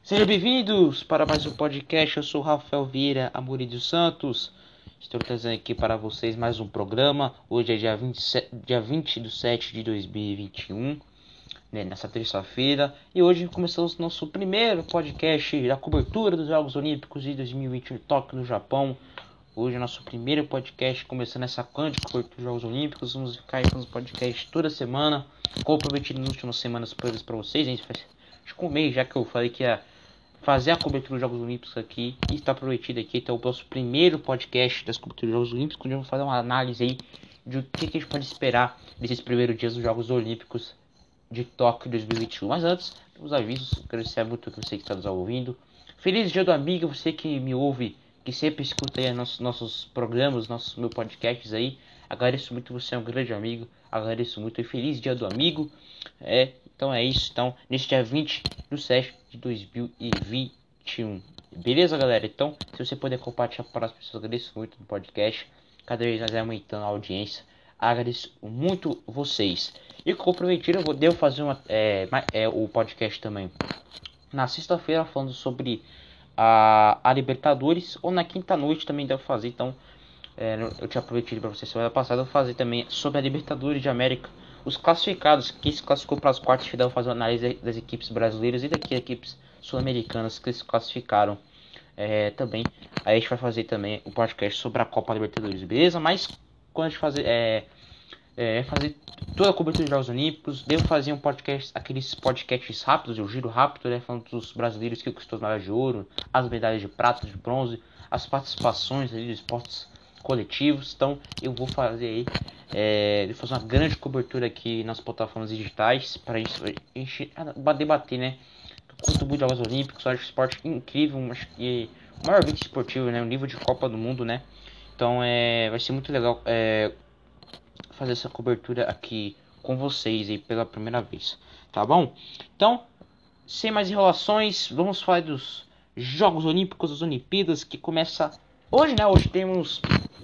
Sejam bem-vindos para mais um podcast. Eu sou Rafael Vieira Amorim dos Santos. Estou trazendo aqui para vocês mais um programa. Hoje é dia 20 de 7 de 2021, né, nessa terça-feira. E hoje começamos nosso primeiro podcast da cobertura dos Jogos Olímpicos de 2021 em Tóquio, no Japão. Hoje é nosso primeiro podcast, começando essa grande cobertura dos Jogos Olímpicos. Vamos ficar aí com os podcasts toda semana. Como prometido nas últimas semanas previas para vocês, a gente faz acho que um mês já que eu falei que ia fazer a cobertura dos Jogos Olímpicos aqui. E está prometido aqui, então, o nosso primeiro podcast das coberturas dos Jogos Olímpicos, onde eu vou fazer uma análise aí de o que a gente pode esperar desses primeiros dias dos Jogos Olímpicos de Tóquio 2021. Mas antes, os avisos, agradecer muito que você que está nos ouvindo. Feliz Dia do Amigo, você que me ouve, que sempre escuta aí nossos programas, meus podcasts aí. Agradeço muito, você é um grande amigo. Agradeço muito e feliz Dia do Amigo. Então é isso. Então, neste dia 20 de 7 de 2021. Beleza, galera? Então, se você puder compartilhar para as pessoas, agradeço muito no podcast. Cada vez mais aumentando a audiência. Agradeço muito vocês. E como prometido, devo fazer o podcast também na sexta-feira, falando sobre a Libertadores. Ou na quinta-noite também devo fazer. Então, eu tinha prometido para vocês semana passada, eu vou fazer também sobre a Libertadores de América. Os classificados, que se classificou para as quartas de final, fazer uma análise das equipes brasileiras e daqui equipes sul-americanas que se classificaram também. Aí a gente vai fazer também o podcast sobre a Copa Libertadores, beleza? Mas quando a gente fazer toda a cobertura dos Jogos Olímpicos, devo fazer um podcast, aqueles podcasts rápidos, o giro rápido, né? Falando dos brasileiros que conquistou as medalhas de ouro, as medalhas de prata, de bronze, as participações ali dos esportes coletivos. Então eu vou fazer aí uma grande cobertura aqui nas plataformas digitais para a gente debater, né? Curto muito Jogos Olímpicos, acho esporte incrível, acho que o maior evento esportivo, né? O nível de Copa do Mundo, né? Então vai ser muito legal fazer essa cobertura aqui com vocês aí pela primeira vez, tá bom? Então, sem mais enrolações, vamos falar dos Jogos Olímpicos, das Olimpíadas, que começa hoje, né? Hoje temos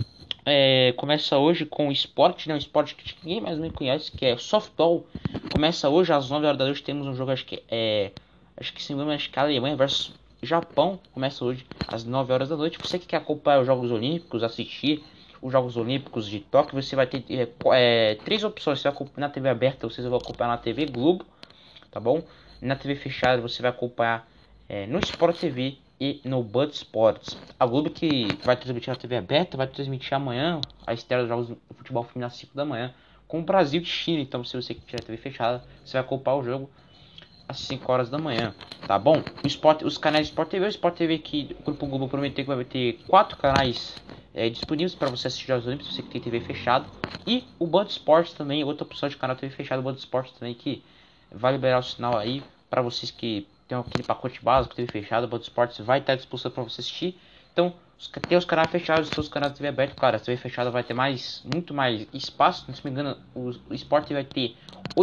começa hoje com o esporte, né? Um esporte que ninguém mais me conhece, que é softball. Começa hoje às 9 horas da noite. Temos um jogo, acho que se não me engano, acho que a Alemanha versus Japão. Começa hoje às 9 horas da noite. Você que quer acompanhar os Jogos Olímpicos, assistir os Jogos Olímpicos de Tóquio, você vai ter três opções. Você vai acompanhar na TV aberta, você vai acompanhar na TV Globo, tá bom? Na TV fechada você vai acompanhar no Sport TV e no Band Sports. A Globo que vai transmitir na TV aberta vai transmitir amanhã a estreia dos jogos do futebol feminino às 5 da manhã com o Brasil e Chile. Então, se você tiver a TV fechada, você vai acompanhar o jogo às 5 horas da manhã, tá bom? Os canais Sport TV, o Sport TV que o Grupo Globo prometeu que vai ter 4 canais disponíveis para você assistir aos Olímpicos, você que tem TV fechada. E o Band Sports também, outra opção de canal TV fechado, o Band Sports também, que vai liberar o sinal aí para vocês que tem aquele pacote básico, TV fechado, o Band Sports vai estar disponível para você assistir. Então, tem os canais fechados, os canais de TV aberto, claro, a TV fechada vai ter muito mais espaço, se não me engano, o Sport vai ter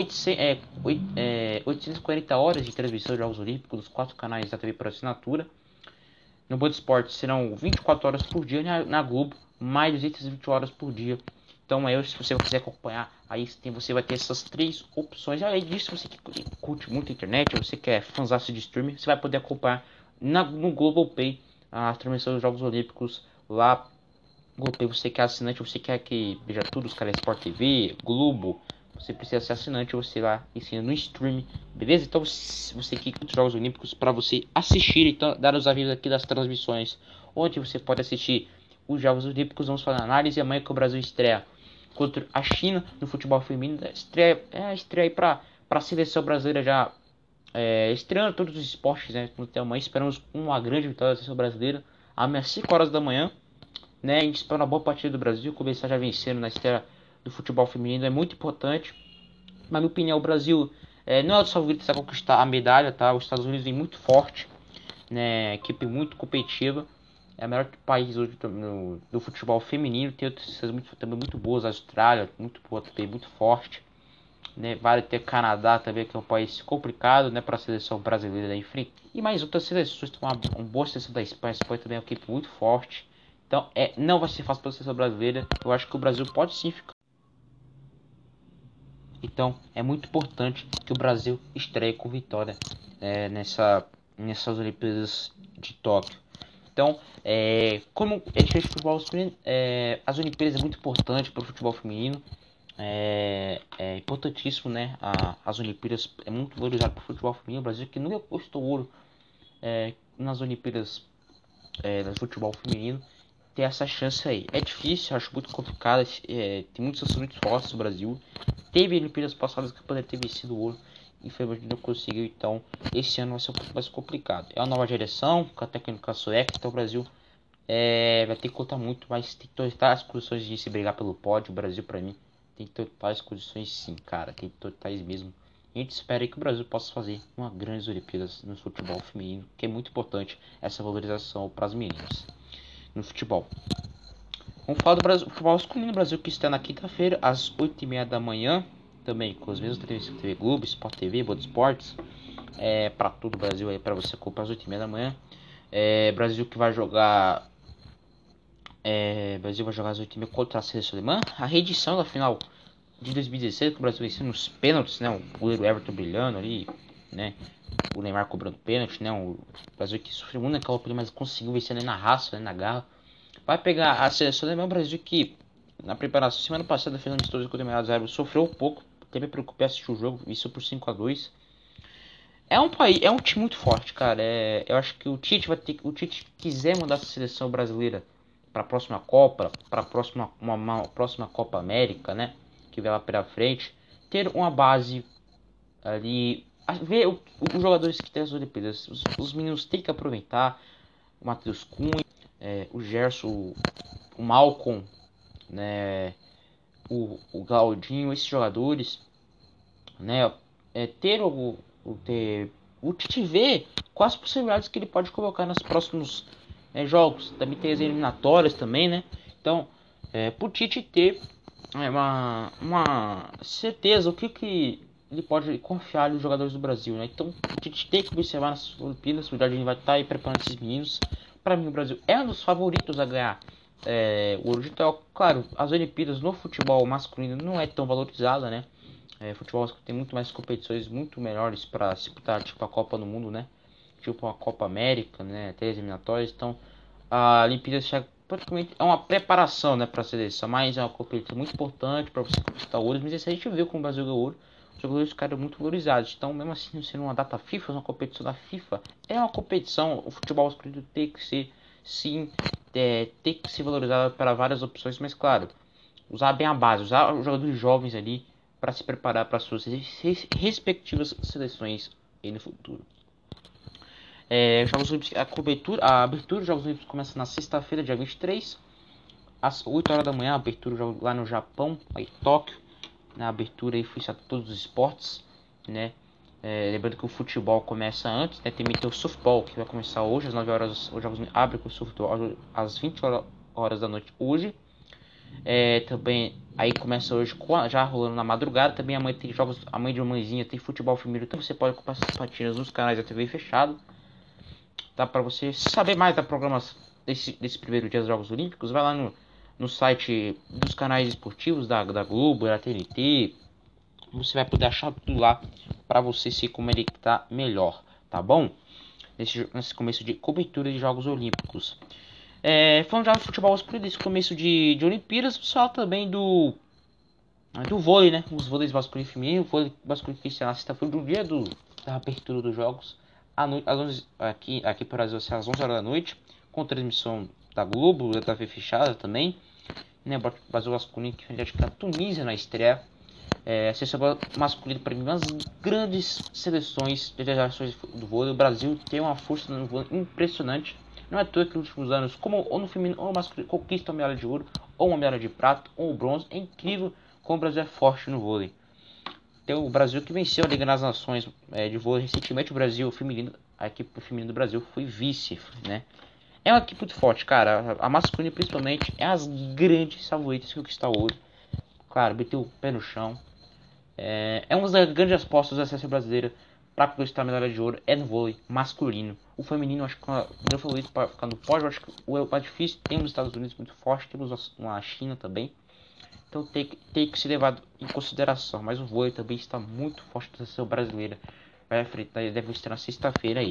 840 horas de transmissão de Jogos Olímpicos, dos 4 canais da TV por assinatura. No Band Esportes serão 24 horas por dia, na Globo mais 220 horas por dia. Então aí, se você quiser acompanhar, aí você vai ter essas três opções. Além disso, você que curte muito a internet, você que é fãzaço de streaming, você vai poder acompanhar no Globoplay a transmissão dos Jogos Olímpicos lá. Globoplay, você que é assinante, você quer que veja tudo, os caras Sport TV, Globo, você precisa ser assinante, você lá ensina no stream, beleza? Então você que curte os Jogos Olímpicos, para você assistir, então dar os avisos aqui das transmissões, onde você pode assistir os Jogos Olímpicos. Vamos fazer análise amanhã que o Brasil estreia contra a China no futebol feminino, estreia aí para a seleção brasileira já estreando todos os esportes, né? Até amanhã esperamos uma grande vitória da seleção brasileira às 5 horas da manhã, né? A gente espera uma boa partida do Brasil, começar já vencendo na estreia do futebol feminino, é muito importante. Na minha opinião, o Brasil não é o favorito a conquistar a medalha, tá? Os Estados Unidos vem muito forte, né? Equipe muito competitiva, é o melhor país hoje do futebol feminino. Tem outras também muito boas, a Austrália muito boa também, muito forte, né? Vale ter Canadá também, que é um país complicado, né, para a seleção brasileira da frente. E mais outras seleções, tem uma boa seleção da Espanha. A Espanha também é uma equipe muito forte. Então não vai ser fácil para a seleção brasileira. Eu acho que o Brasil pode sim ficar. Então é muito importante que o Brasil estreie com vitória nessas Olimpíadas de Tóquio. Então, como é diferente do futebol masculino, as Olimpíadas é muito importante para o futebol feminino. É importantíssimo, né? As Olimpíadas é muito valorizado para o futebol feminino. O Brasil que nunca conquistou ouro nas Olimpíadas do futebol feminino, ter essa chance aí. É difícil, acho muito complicado. Tem muitos seleções muito fortes no Brasil. Teve Olimpíadas passadas que poderia ter vencido o ouro, infelizmente não conseguiu. Então, esse ano vai ser um pouco mais complicado. É uma nova direção, com a técnica sueca. Então, o Brasil vai ter que contar muito, mas tem totais as condições de se brigar pelo pódio. O Brasil, pra mim, tem totais condições, sim, cara. Tem totais mesmo. A gente espera que o Brasil possa fazer uma grande Olimpíadas no futebol feminino, que é muito importante essa valorização para as meninas no futebol. Vamos falar do Brasil, futebol masculino. O Brasil que está na quinta-feira, às 8h30 da manhã, também com os mesmos transmissões TV Globo, Sport TV, Boa Esportes, para todo o Brasil aí, para você comprar às 8h30 da manhã. Brasil que vai jogar. Brasil vai jogar às 8h30 contra a seleção alemã. A reedição da final de 2016, que o Brasil venceu nos pênaltis, né? O goleiro Everton brilhando ali, né? O Neymar cobrando pênalti, né? O Brasil que sofreu muito naquela partida, mas conseguiu vencer ali na raça, né? Na garra. Vai pegar a seleção alemã. O Brasil que na preparação, semana passada, fez um amistoso contra o Emirados Árabes, sofreu um pouco, teve preocupado assistir o jogo, venceu por 5-2. É um país, é um time muito forte, cara. Eu acho que o Tite quiser mudar essa seleção brasileira para a próxima Copa, para uma próxima Copa América, né? Que vai lá pela frente, ter uma base ali, ver os jogadores que tem as Olimpíadas. Os meninos têm que aproveitar. O Matheus Cunha, o Gerson, o Malcom, né? O Claudinho, esses jogadores, né? Ter o Tite ver quais possibilidades que ele pode colocar nos próximos jogos. Também tem as eliminatórias também, né? Então, pro Tite ter uma certeza o que ele pode confiar nos jogadores do Brasil, né? Então, o Tite tem que observar nas Olimpíadas. O Jardim vai estar aí preparando esses meninos. Para mim, o Brasil é um dos favoritos a ganhar o ouro de Tóquio. Claro, as Olimpíadas no futebol masculino não é tão valorizada, né? Futebol tem muito mais competições muito melhores para disputar, tipo a Copa do Mundo, né? Tipo a Copa América, né? Até as eliminatórias. Então, a Olimpíada chega praticamente é uma preparação, né, para a seleção, mas é uma competição muito importante para você conquistar ouro. Mas esse a gente viu como o Brasil ganhou ouro. Os jogadores ficaram muito valorizados. Então, mesmo assim, sendo uma data FIFA, uma competição da FIFA, é uma competição. O futebol masculino tem que ser, sim, tem que ser valorizado para várias opções, mas claro, usar bem a base, usar os jogadores jovens ali para se preparar para suas respectivas seleções no futuro. Jogos Olímpicos, a abertura dos Jogos Olímpicos começa na sexta-feira, dia 23, às 8 horas da manhã. A abertura lá no Japão, aí Tóquio. Na abertura aí foi todos os esportes, né? Lembrando que o futebol começa antes, né? Também tem o softball que vai começar hoje às 9 horas. Os jogos abrem com o softball às 20 horas da noite hoje. Também aí começa hoje já rolando na madrugada. Também amanhã tem jogos, a mãe de mãezinha tem futebol feminino. Então você pode comprar essas partidas nos canais da TV fechado. Tá, para você saber mais da programação desse primeiro dia dos Jogos Olímpicos, vai lá no site dos canais esportivos da Globo, da TNT. Você vai poder achar tudo lá para você se conectar melhor, tá bom? Nesse começo de cobertura de Jogos Olímpicos. Falando já do futebol masculino, desse começo de Olimpíadas, só também do vôlei, né? Os vôleis masculino e feminino. O vôlei masculino que na sexta-feira, do dia da abertura dos jogos. Às 11, aqui para o Brasil, às 11 horas da noite, com transmissão da Globo, da TV fechada também, né? O Brasil masculino que frente a Tunísia na estreia. A seleção masculina, para mim, uma das grandes seleções de gerações do vôlei. O Brasil tem uma força no vôlei impressionante. Não é à toa que nos últimos anos, como ou no feminino ou no masculino, conquista uma medalha de ouro, ou uma medalha de prata, ou bronze. É incrível como o Brasil é forte no vôlei. Tem o Brasil que venceu a Liga das Nações de vôlei recentemente. O Brasil feminino, a equipe feminina do Brasil foi vice, né? É uma equipe muito forte, cara. A masculina principalmente é as grandes favoritas que conquistar o ouro. Claro, meteu o pé no chão. Uma das grandes apostas da seleção brasileira para conquistar a medalha de ouro é no vôlei masculino. O feminino, acho que é o meu favorito para ficar no pódio. Acho que o mais difícil tem os Estados Unidos muito forte, temos a China também. Então tem que ser levado em consideração. Mas o vôlei também está muito forte da seleção brasileira. Deve estar na sexta-feira aí.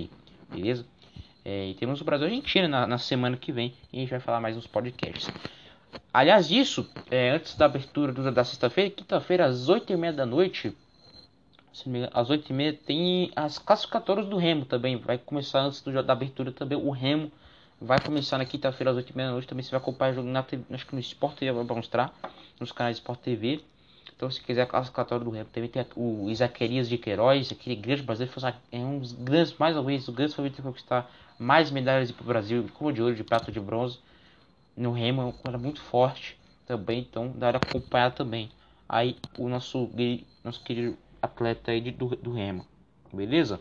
beleza? E temos o Brasil e Argentina na semana que vem, e a gente vai falar mais nos podcasts. Aliás disso, antes da abertura da sexta-feira, quinta-feira, às 8h30 da noite, às 8h30 tem as classificatórias do Remo também. Vai começar antes da abertura também. O Remo vai começar na quinta-feira às 8h30 da noite. Também você vai acompanhar o jogo acho que no Sport TV vai mostrar, nos canais Sport TV. Então, se quiser a classificatória do Remo, também tem o Isaquerias de Queiroz, aquele grande brasileiro, é um dos grandes, mais ou menos, o grande favorito a conquistar mais medalhas para o Brasil, como de ouro, de prata, de bronze. No Remo é um cara muito forte também, então dá para acompanhar também. Aí o nosso querido atleta aí do Remo, beleza?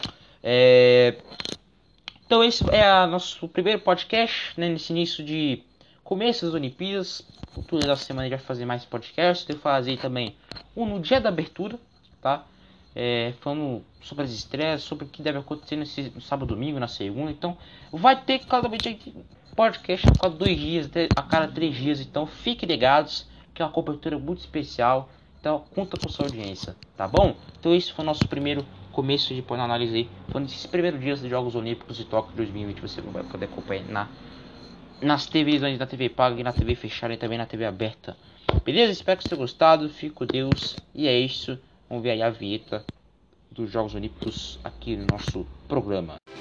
Então esse é o nosso primeiro podcast, né, nesse início de começo das Olimpíadas. Toda da semana a gente vai fazer mais podcasts. Eu vou fazer também um no dia da abertura, tá? Falando sobre as estreias, sobre o que deve acontecer no sábado, domingo, na segunda. Então vai ter cada vez podcast a cada 2 dias, a cada 3 dias. Então fiquem ligados, que é uma cobertura muito especial. Então conta com sua audiência, tá bom? Então esse foi o nosso primeiro começo de pôr na análise aí. Foi nesses primeiros dias dos Jogos Olímpicos de Tóquio 2020. Você vai poder acompanhar nas TVs, na TV paga e na TV fechada e também na TV aberta. Beleza? Espero que você tenha gostado. Fique com Deus. E é isso. Vamos ver aí a vinheta dos Jogos Olímpicos aqui no nosso programa.